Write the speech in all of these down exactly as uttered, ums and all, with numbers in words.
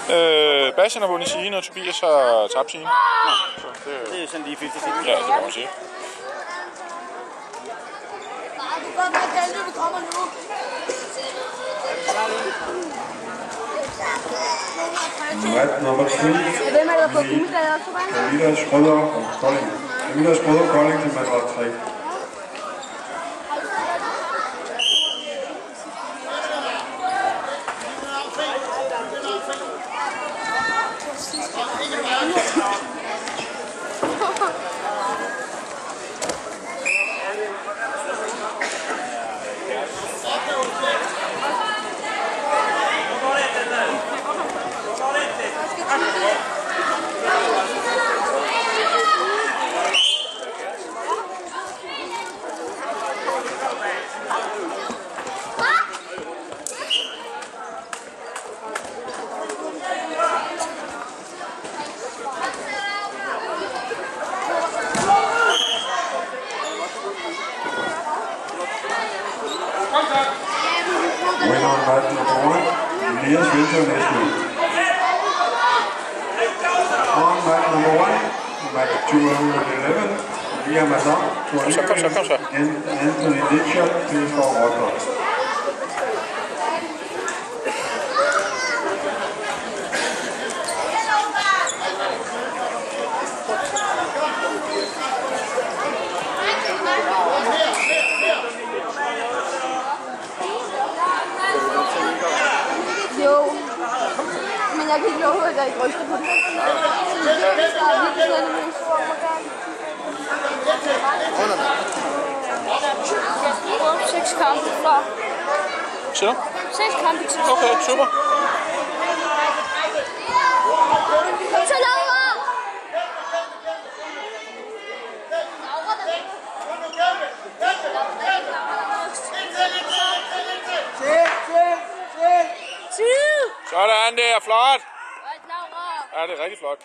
Øh, Bastian har vundet sigende, og Tobias har tabt sigende. Ja. Så det, det er sådan lige halvtreds halvtreds. Ja, det kan man sige. Du kan godt være du kommer nu. Ret nummer tre. Hvem er der på guldmedaljer også, hva'? Camilla Schrøder og Kolding. Camilla Schrøder og Kolding til mandret tre. Winner on match number one, Elias Winter Nesby. On match number one, match two hundred eleven, Lia Mazar, and Anthony Ditcher, please for water. Jo, men jeg kan ikke love, at jeg ikke ryster på den. Der er virkelig sådan en stor omgang. Seks kampe fra. Siger du? Seks kampe til. Okay, super. Kom så, Laura! Sådan der, flot. Laura! Ja, det er rigtig flot.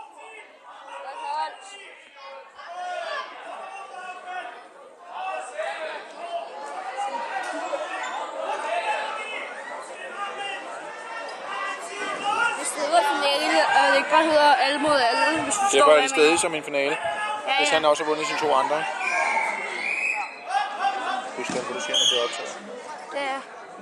Hvis det var finale, og det ikke bare hedder alle mod alle, hvis du Det står var der det stadig som en finale. Ja, Hvis ja. han også har vundet sine to andre. Husk den, hvad du siger, når det er optaget. Ja.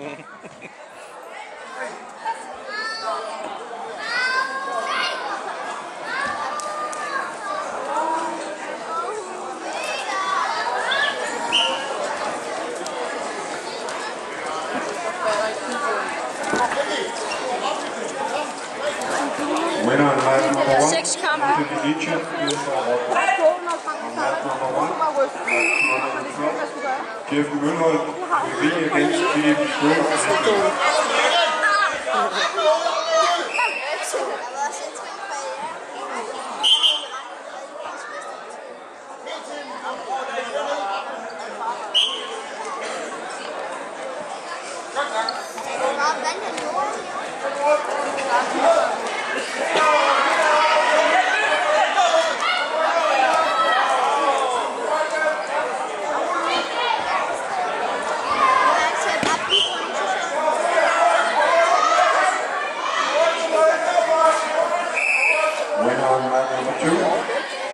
Winner on match number one, Seks kampe. Anthony Ditcher, please for water. On match number one, match number twelve, Jeff Mølholdt, V against Philip Schrøder. Hvad